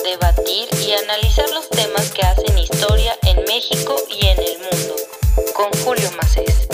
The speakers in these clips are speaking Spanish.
debatir y analizar los temas que hacen historia en México y en el mundo. Con Julio Macés.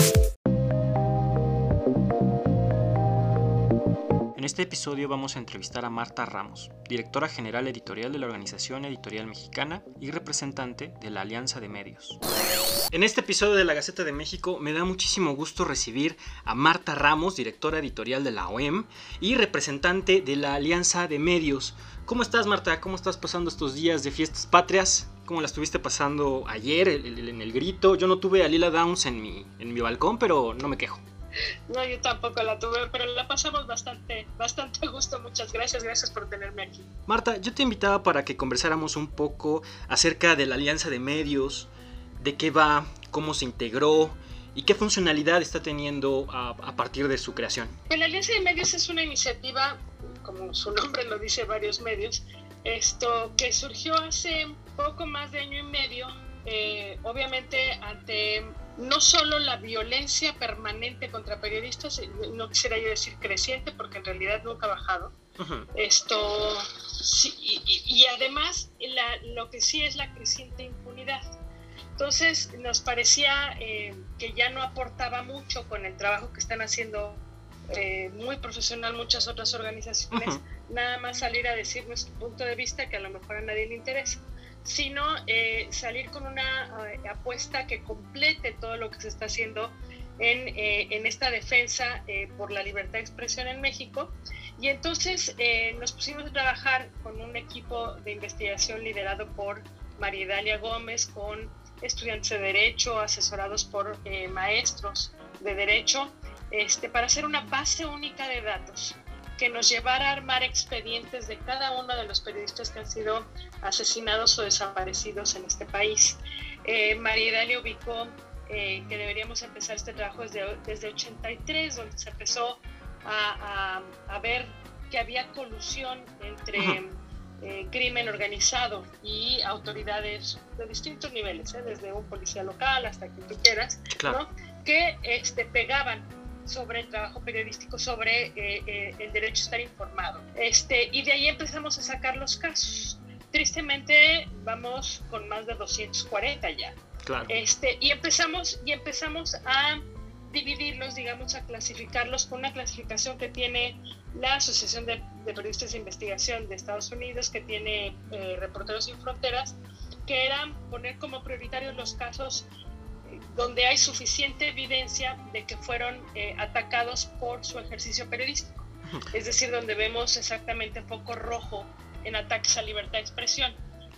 En este episodio vamos a entrevistar a Marta Ramos, directora general editorial de la Organización Editorial Mexicana y representante de la Alianza de Medios. En este episodio de La Gaceta de México me da muchísimo gusto recibir a Marta Ramos, directora editorial de la OEM y representante de la Alianza de Medios. ¿Cómo estás, Marta? ¿Cómo estás pasando estos días de fiestas patrias? ¿Cómo la estuviste pasando ayer en el grito? Yo no tuve a Lila Downs en mi balcón, pero no me quejo. No, yo tampoco la tuve, pero la pasamos bastante a gusto. Muchas gracias por tenerme aquí. Marta, yo te invitaba para que conversáramos un poco acerca de la Alianza de Medios, de qué va, cómo se integró y qué funcionalidad está teniendo a partir de su creación. Pues la Alianza de Medios es una iniciativa, como su nombre lo dice, varios medios, que surgió hace poco más de año y medio, obviamente ante no solo la violencia permanente contra periodistas, no quisiera yo decir creciente, porque en realidad nunca ha bajado. Uh-huh. Sí, y además lo que sí es la creciente impunidad. Entonces nos parecía que ya no aportaba mucho con el trabajo que están haciendo muy profesional muchas otras organizaciones, uh-huh, nada más salir a decir nuestro punto de vista, que a lo mejor a nadie le interesa, sino salir con una apuesta que complete todo lo que se está haciendo en esta defensa por la libertad de expresión en México. Y entonces nos pusimos a trabajar con un equipo de investigación liderado por María Dalia Gómez, con estudiantes de Derecho, asesorados por maestros de Derecho, para hacer una base única de datos que nos llevara a armar expedientes de cada uno de los periodistas que han sido asesinados o desaparecidos en este país. María Dalia ubicó que deberíamos empezar este trabajo desde 83, donde se empezó a ver que había colusión entre crimen organizado y autoridades de distintos niveles, desde un policía local hasta quien tú quieras, claro, ¿no? Que pegaban sobre el trabajo periodístico, sobre el derecho a estar informado. Y de ahí empezamos a sacar los casos. Tristemente vamos con más de 240 ya. Claro. Y empezamos a dividirlos, digamos, a clasificarlos con una clasificación que tiene la Asociación de Periodistas de Investigación de Estados Unidos, que tiene Reporteros Sin Fronteras, que eran poner como prioritarios los casos donde hay suficiente evidencia de que fueron atacados por su ejercicio periodístico. Es decir, donde vemos exactamente foco rojo en ataques a libertad de expresión.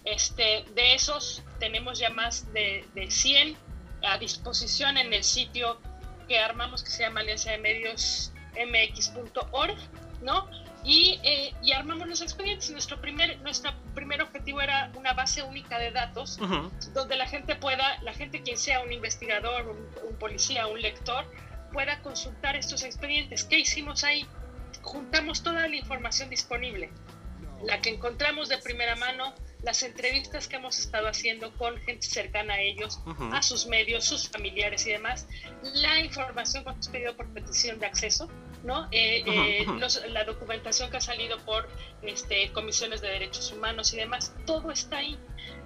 De esos tenemos ya más de 100 a disposición en el sitio que armamos, que se llama Alianza de Medios mx.org, ¿no? Y armamos los expedientes. Nuestro primer objetivo era una base única de datos, uh-huh, donde la gente quien sea un investigador, un policía, un lector, pueda consultar estos expedientes. ¿Qué hicimos ahí? Juntamos toda la información disponible, la que encontramos de primera mano, las entrevistas que hemos estado haciendo con gente cercana a ellos, uh-huh, a sus medios, sus familiares y demás, la información que hemos pedido por petición de acceso, ¿no? La documentación que ha salido por comisiones de derechos humanos y demás, todo está ahí.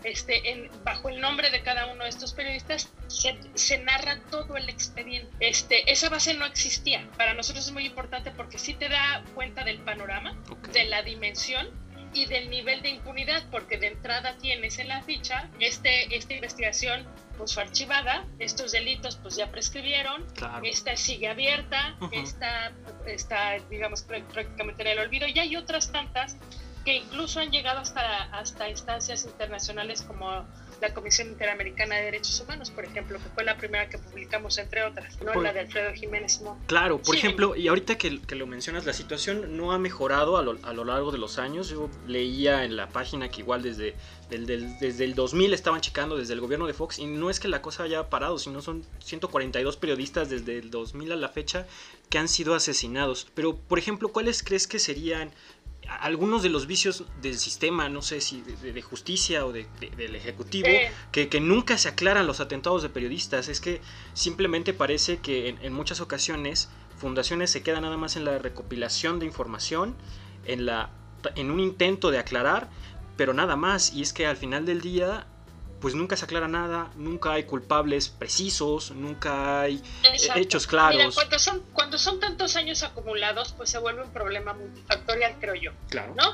Bajo el nombre de cada uno de estos periodistas se narra todo el expediente. Esa base no existía. Para nosotros es muy importante porque sí te da cuenta del panorama, okay, de la dimensión y del nivel de impunidad, porque de entrada tienes en la ficha esta investigación pues fue archivada, estos delitos pues ya prescribieron, claro, esta sigue abierta, uh-huh, está digamos prácticamente en el olvido, y hay otras tantas que incluso han llegado hasta instancias internacionales como la Comisión Interamericana de Derechos Humanos, por ejemplo, que fue la primera que publicamos, entre otras, ¿no? La de Alfredo Jiménez Mo. Claro, por ejemplo, y ahorita que lo mencionas, la situación no ha mejorado a lo largo de los años. Yo leía en la página que igual desde el 2000 estaban checando desde el gobierno de Fox, y no es que la cosa haya parado, sino son 142 periodistas desde el 2000 a la fecha que han sido asesinados. Pero, por ejemplo, ¿cuáles crees que serían algunos de los vicios del sistema, no sé si de justicia o del ejecutivo, que nunca se aclaran los atentados de periodistas? Es que simplemente parece que en muchas ocasiones fundaciones se quedan nada más en la recopilación de información, en un intento de aclarar, pero nada más. Y es que al final del día, pues nunca se aclara nada, nunca hay culpables precisos, nunca hay hechos claros. Mira, cuando son tantos años acumulados, pues se vuelve un problema multifactorial, creo yo. Claro. ¿No?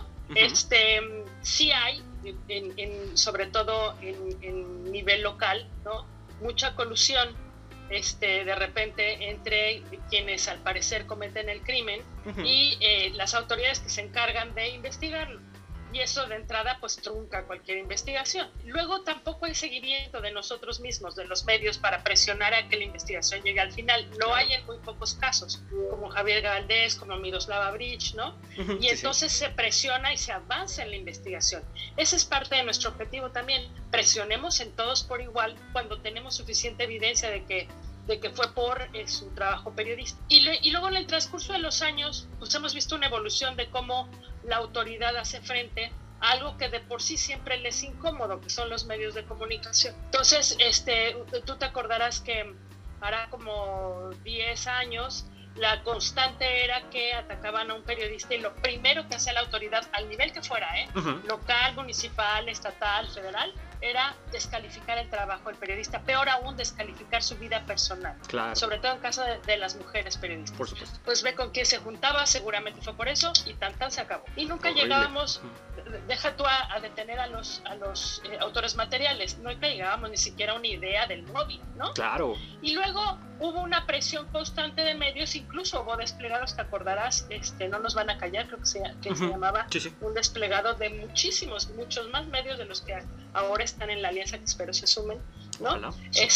Sí hay, sobre todo en nivel local, ¿no? Mucha colusión de repente entre quienes al parecer cometen el crimen y las autoridades que se encargan de investigarlo. Y eso de entrada pues trunca cualquier investigación. Luego tampoco hay seguimiento de nosotros mismos, de los medios, para presionar a que la investigación llegue al final. Lo hay en muy pocos casos, como Javier Valdés, como Miroslava Bridge, ¿no? Y entonces se presiona y se avanza en la investigación. Ese es parte de nuestro objetivo también. Presionemos en todos por igual cuando tenemos suficiente evidencia de que fue por su trabajo periodístico. Y luego en el transcurso de los años, pues hemos visto una evolución de cómo la autoridad hace frente a algo que de por sí siempre les es incómodo, que son los medios de comunicación. Entonces, tú te acordarás que hará como 10 años, la constante era que atacaban a un periodista y lo primero que hacía la autoridad, al nivel que fuera, local, municipal, estatal, federal, era descalificar el trabajo del periodista, peor aún descalificar su vida personal, claro. Sobre todo en caso de las mujeres periodistas. Por supuesto. Pues ve con quién se juntaba, seguramente fue por eso, y tan se acabó. Y nunca llegábamos, deja tú a detener a los autores materiales, nunca llegábamos ni siquiera a una idea del móvil, ¿no? Claro. Y luego hubo una presión constante de medios, incluso hubo desplegados, te acordarás, No nos van a callar, creo que se llamaba, un desplegado de muchos más medios de los que ahora están en la alianza, que espero se sumen, ¿no?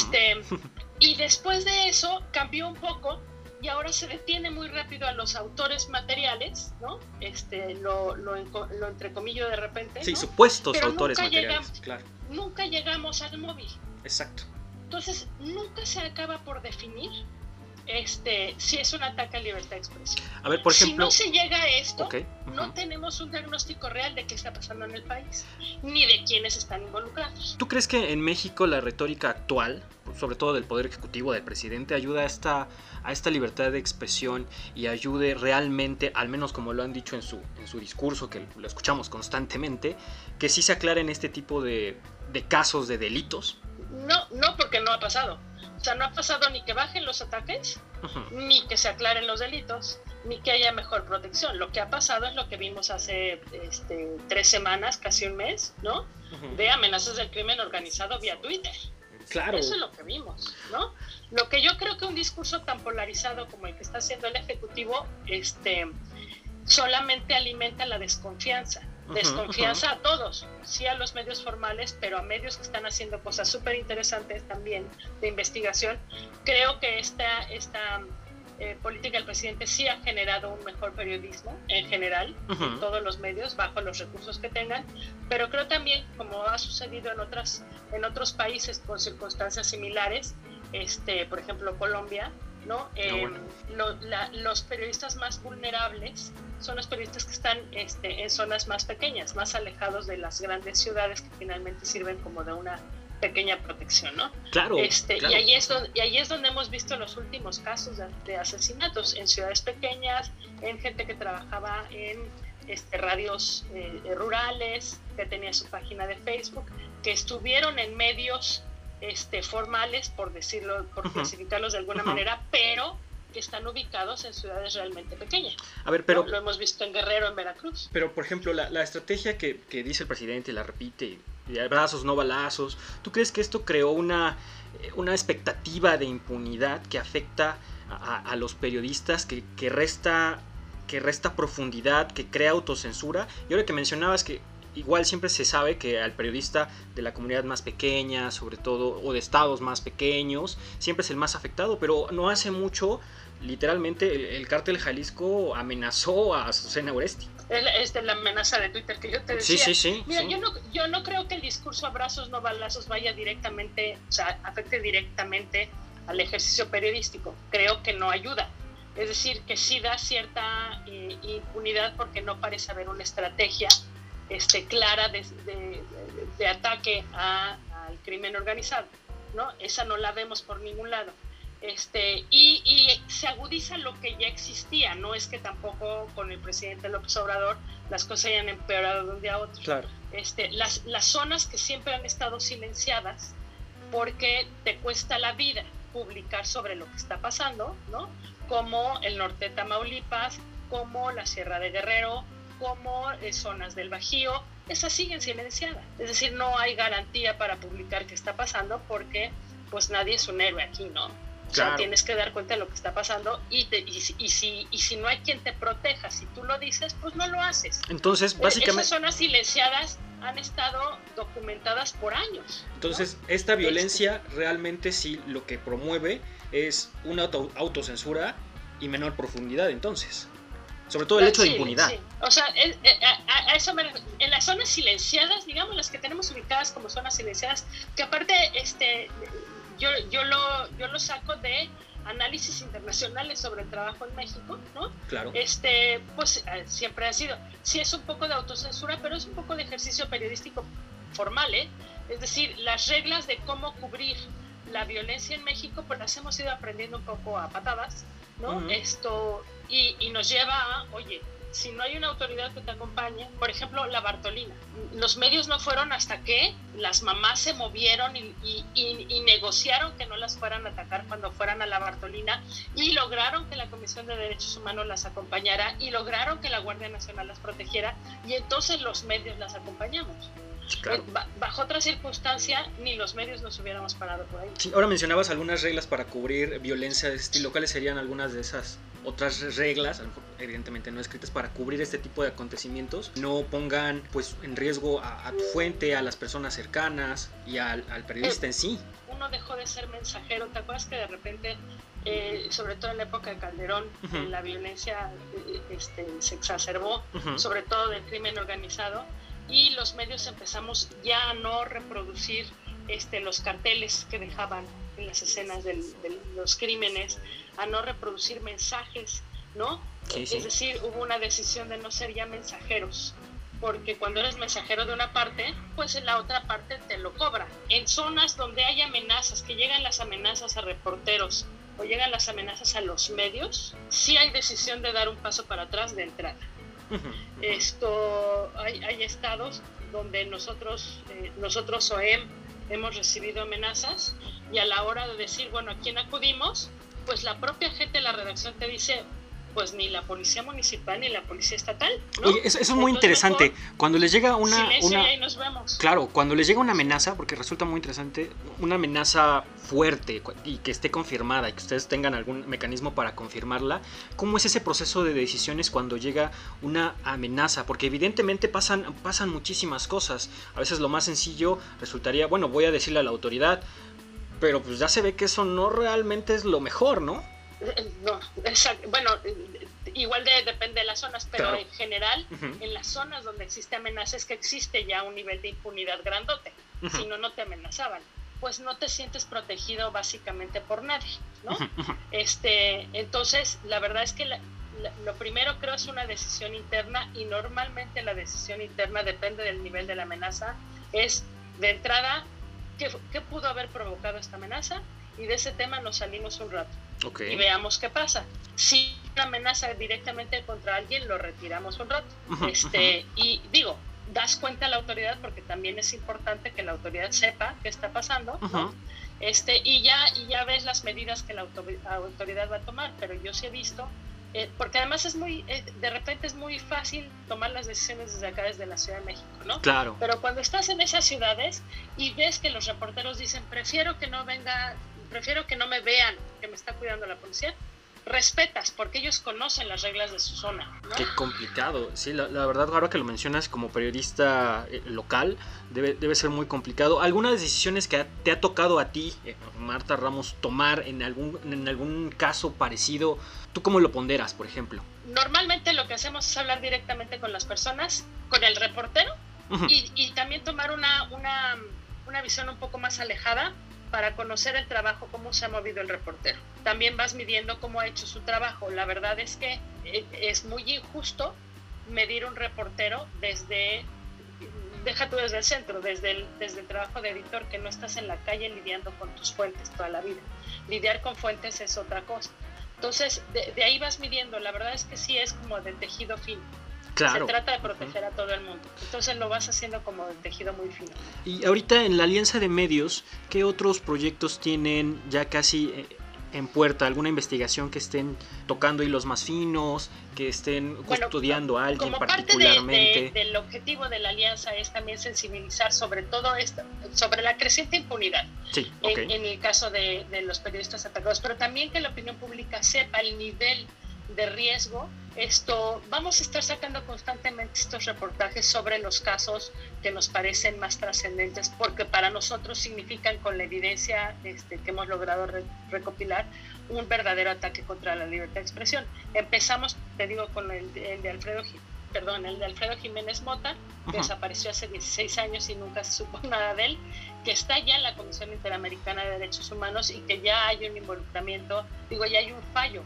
Y después de eso cambió un poco y ahora se detiene muy rápido a los autores materiales, ¿no? Lo entrecomillo de repente, sí, ¿no? supuestos pero autores materiales, claro. Nunca llegamos al móvil. Exacto. Entonces, nunca se acaba por definir si es un ataque a libertad de expresión. A ver, por ejemplo, si no se llega a esto, no tenemos un diagnóstico real de qué está pasando en el país, ni de quiénes están involucrados. ¿Tú crees que en México la retórica actual, sobre todo del Poder Ejecutivo, del presidente, ayuda a esta libertad de expresión y ayude realmente, al menos como lo han dicho en su discurso, que lo escuchamos constantemente, que sí se aclaren este tipo de casos de delitos? No, porque no ha pasado. O sea, no ha pasado ni que bajen los ataques, ni que se aclaren los delitos, ni que haya mejor protección. Lo que ha pasado es lo que vimos hace 3 semanas, casi un mes, ¿no? De amenazas del crimen organizado vía Twitter. Claro. Eso es lo que vimos, ¿no? Lo que yo creo que un discurso tan polarizado como el que está haciendo el Ejecutivo, solamente alimenta la desconfianza. Desconfianza a todos, sí a los medios formales, pero a medios que están haciendo cosas súper interesantes también de investigación. Creo que esta política del presidente sí ha generado un mejor periodismo en general, en todos los medios, bajo los recursos que tengan, pero creo también, como ha sucedido en otros países con circunstancias similares, por ejemplo Colombia, ¿no? Los periodistas más vulnerables son los periodistas que están en zonas más pequeñas, más alejados de las grandes ciudades, que finalmente sirven como de una pequeña protección, ¿no? Claro, claro. Y ahí es donde hemos visto los últimos casos de asesinatos en ciudades pequeñas, en gente que trabajaba en radios rurales, que tenía su página de Facebook, que estuvieron en medios formales, por decirlo, por clasificarlos de alguna manera, pero que están ubicados en ciudades realmente pequeñas. A ver, pero lo hemos visto en Guerrero, en Veracruz. Pero, por ejemplo, la estrategia que dice el presidente, la repite, de abrazos, no balazos, ¿tú crees que esto creó una expectativa de impunidad que afecta a los periodistas, que resta profundidad, que crea autocensura? Y ahora que mencionabas que igual siempre se sabe que al periodista de la comunidad más pequeña, sobre todo, o de estados más pequeños, siempre es el más afectado, pero no hace mucho, literalmente, el cártel Jalisco amenazó a Azucena Oresti. La amenaza de Twitter que yo te decía. Sí. Mira, yo no creo que el discurso abrazos, no balazos vaya directamente, o sea, afecte directamente al ejercicio periodístico. Creo que no ayuda. Es decir, que sí da cierta impunidad porque no parece haber una estrategia clara de ataque al crimen organizado, ¿no? Esa no la vemos por ningún lado. Y se agudiza lo que ya existía. No es que tampoco con el presidente López Obrador las cosas hayan empeorado de un día a otro. Claro. Las zonas que siempre han estado silenciadas porque te cuesta la vida publicar sobre lo que está pasando, ¿no? Como el norte de Tamaulipas, como la Sierra de Guerrero, como zonas del Bajío, esas siguen silenciadas. Es decir, no hay garantía para publicar qué está pasando porque pues nadie es un héroe aquí, ¿no? O sea, tienes que dar cuenta de lo que está pasando y si no hay quien te proteja, si tú lo dices, pues no lo haces. Entonces, básicamente... Esas zonas silenciadas han estado documentadas por años, ¿no? Entonces, esta violencia realmente sí lo que promueve es una autocensura y menor profundidad, entonces. Sobre todo el hecho de impunidad. Sí. O sea, a eso en las zonas silenciadas, digamos, las que tenemos ubicadas como zonas silenciadas, que aparte yo lo saco de análisis internacionales sobre el trabajo en México, ¿no? Claro. Pues siempre ha sido, sí es un poco de autocensura, pero es un poco de ejercicio periodístico formal, ¿eh? Es decir, las reglas de cómo cubrir la violencia en México, pues las hemos ido aprendiendo un poco a patadas, ¿no? Uh-huh. Y nos lleva a, oye, si no hay una autoridad que te acompañe, por ejemplo, la Bartolina. Los medios no fueron hasta que las mamás se movieron y negociaron que no las fueran a atacar cuando fueran a la Bartolina y lograron que la Comisión de Derechos Humanos las acompañara y lograron que la Guardia Nacional las protegiera y entonces los medios las acompañamos. Claro. Bajo otra circunstancia, ni los medios nos hubiéramos parado por ahí. Sí, ahora mencionabas algunas reglas para cubrir violencia de este estilo. ¿Cuáles serían algunas de esas otras reglas, a lo mejor evidentemente no escritas, para cubrir este tipo de acontecimientos? No pongan pues en riesgo a tu fuente, a las personas cercanas y al periodista en sí. Uno dejó de ser mensajero. ¿Te acuerdas que de repente, sobre todo en la época de Calderón, uh-huh, la violencia se exacerbó, uh-huh, sobre todo del crimen organizado? Y los medios empezamos ya a no reproducir los carteles que dejaban en las escenas de los crímenes, a no reproducir mensajes, ¿no? Sí, sí. Es decir, hubo una decisión de no ser ya mensajeros, porque cuando eres mensajero de una parte, pues en la otra parte te lo cobra. En zonas donde hay amenazas, que llegan las amenazas a reporteros o llegan las amenazas a los medios, sí hay decisión de dar un paso para atrás de entrada. Hay estados donde nosotros OEM hemos recibido amenazas y a la hora de decir, bueno, ¿a quién acudimos? Pues la propia gente de la redacción te dice, pues ni la policía municipal ni la policía estatal, ¿no? Oye, eso es muy interesante. Cuando les llega silencio y ahí nos vemos. Claro, cuando les llega una amenaza, porque resulta muy interesante, una amenaza fuerte y que esté confirmada y que ustedes tengan algún mecanismo para confirmarla, ¿cómo es ese proceso de decisiones cuando llega una amenaza? Porque evidentemente pasan muchísimas cosas. A veces lo más sencillo resultaría, bueno, voy a decirle a la autoridad, pero pues ya se ve que eso no realmente es lo mejor, ¿no? No, exacto. Bueno, igual depende de las zonas, pero claro, en general, uh-huh, en las zonas donde existe amenaza es que existe ya un nivel de impunidad grandote. Uh-huh. Si no, no te amenazaban. Pues no te sientes protegido básicamente por nadie, ¿no? Uh-huh. Entonces, la verdad es que lo primero creo es una decisión interna y normalmente la decisión interna depende del nivel de la amenaza. Es de entrada, ¿qué pudo haber provocado esta amenaza? Y de ese tema nos salimos un rato. Okay. Y veamos qué pasa. Si una amenaza directamente contra alguien, lo retiramos un rato. Y digo, das cuenta a la autoridad porque también es importante que la autoridad sepa qué está pasando, ¿no? Y ya ves las medidas que la autoridad va a tomar, pero yo sí he visto, porque además de repente es muy fácil tomar las decisiones desde acá, desde la Ciudad de México, ¿no? Claro. Pero cuando estás en esas ciudades y ves que los reporteros dicen, prefiero que no me vean que me está cuidando la policía, respetas, porque ellos conocen las reglas de su zona, ¿no? Qué complicado. Sí, la verdad, ahora que lo mencionas como periodista local, debe ser muy complicado. ¿Algunas decisiones que te ha tocado a ti, Marta Ramos, tomar en algún caso parecido? ¿Tú cómo lo ponderas, por ejemplo? Normalmente lo que hacemos es hablar directamente con las personas, con el reportero, uh-huh, y también tomar una visión un poco más alejada para conocer el trabajo, cómo se ha movido el reportero. También vas midiendo cómo ha hecho su trabajo. La verdad es que es muy injusto medir un reportero desde deja tú desde el centro, desde el trabajo de editor, que no estás en la calle lidiando con tus fuentes toda la vida. Lidiar con fuentes es otra cosa. Entonces, de ahí vas midiendo. La verdad es que sí es como de tejido fino. Claro. Se trata de proteger a todo el mundo. Entonces lo vas haciendo como de tejido muy fino. Y ahorita en la Alianza de Medios, ¿qué otros proyectos tienen ya casi en puerta? ¿Alguna investigación que estén tocando hilos más finos, que estén custodiando a alguien particularmente? Como parte del objetivo de la Alianza es también sensibilizar sobre todo esto, sobre la creciente impunidad, sí, okay, en el caso de los periodistas atacados, pero también que la opinión pública sepa el nivel de riesgo. Vamos a estar sacando constantemente estos reportajes sobre los casos que nos parecen más trascendentes, porque para nosotros significan, con la evidencia que hemos logrado recopilar, un verdadero ataque contra la libertad de expresión. Empezamos, te digo, con el de Alfredo Jiménez Mota, que desapareció hace 16 años y nunca se supo nada de él, que está ya en la Comisión Interamericana de Derechos Humanos y que ya hay un involucramiento, ya hay un fallo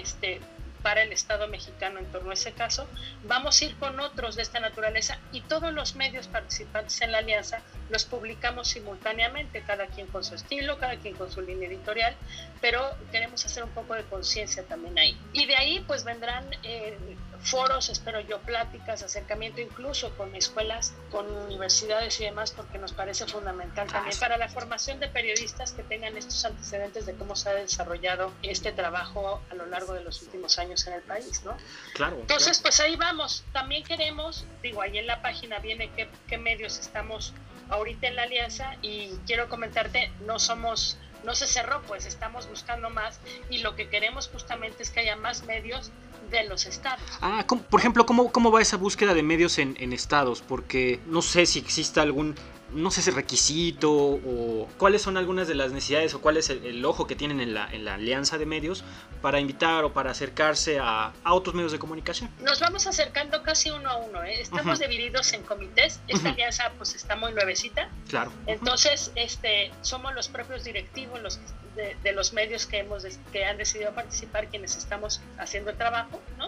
para el Estado mexicano en torno a ese caso. Vamos a ir con otros de esta naturaleza y todos los medios participantes en la alianza los publicamos simultáneamente, cada quien con su estilo, cada quien con su línea editorial, pero queremos hacer un poco de conciencia también ahí. Y de ahí pues vendrán foros, espero yo, pláticas, acercamiento incluso con escuelas, con universidades y demás, porque nos parece fundamental también para la formación de periodistas que tengan estos antecedentes de cómo se ha desarrollado este trabajo a lo largo de los últimos años en el país, ¿no? Claro. Entonces, pues ahí vamos. También queremos, ahí en la página viene qué medios estamos ahorita en la alianza, y quiero comentarte, no se cerró, pues estamos buscando más, y lo que queremos justamente es que haya más medios de los estados. Por ejemplo, ¿cómo va esa búsqueda de medios en estados? Porque no sé si existe algún, no sé si requisito, o cuáles son algunas de las necesidades, o cuál es el ojo que tienen en la alianza de medios para invitar o para acercarse a otros medios de comunicación. Nos vamos acercando casi uno a uno, ¿eh? Estamos divididos en comités. Esta alianza pues está muy nuevecita. Claro. Entonces, somos los propios directivos de los medios que han decidido participar, quienes estamos haciendo el trabajo, ¿no?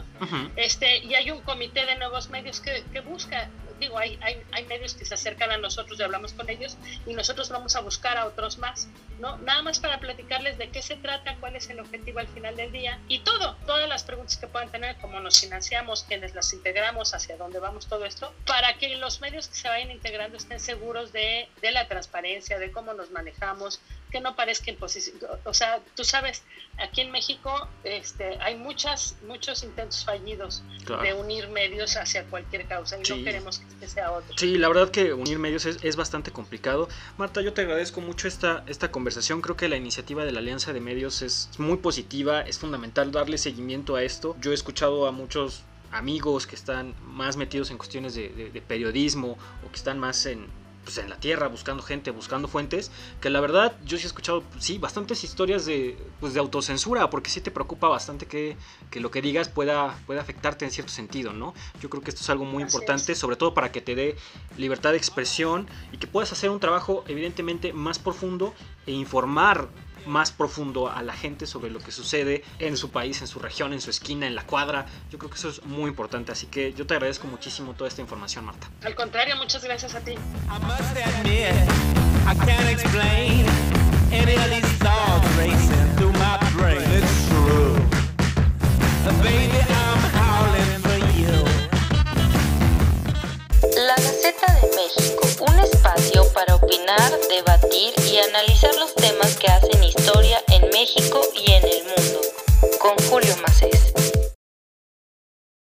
Y hay un comité de nuevos medios que busca, hay medios que se acercan a nosotros y hablamos con ellos, y nosotros vamos a buscar a otros más, ¿no? Nada más para platicarles de qué se trata, cuál es el objetivo al final del día, y todas las preguntas que puedan tener, cómo nos financiamos, quiénes las integramos, hacia dónde vamos, todo esto, para que los medios que se vayan integrando estén seguros de la transparencia, de cómo nos manejamos, que no parezca imposición. O sea, tú sabes, aquí en México hay muchos intentos fallidos, claro, de unir medios hacia cualquier causa, y no queremos que este sea otro. Sí, la verdad que unir medios es bastante complicado. Marta, yo te agradezco mucho esta conversación. Creo que la iniciativa de la Alianza de Medios es muy positiva, es fundamental darle seguimiento a esto. Yo he escuchado a muchos amigos que están más metidos en cuestiones de periodismo, o que están más en la tierra, buscando gente, buscando fuentes, que la verdad yo sí he escuchado bastantes historias de autocensura, porque sí te preocupa bastante que lo que digas pueda afectarte en cierto sentido, ¿no? Yo creo que esto es algo muy importante, sobre todo para que te dé libertad de expresión y que puedas hacer un trabajo evidentemente más profundo e informar más profundo a la gente sobre lo que sucede en su país, en su región, en su esquina, en la cuadra. Yo creo que eso es muy importante, así que yo te agradezco muchísimo toda esta información, Marta. Al contrario, muchas gracias a ti. La Gaceta de México, un espacio para opinar, debatir y analizar los temas que hacen historia en México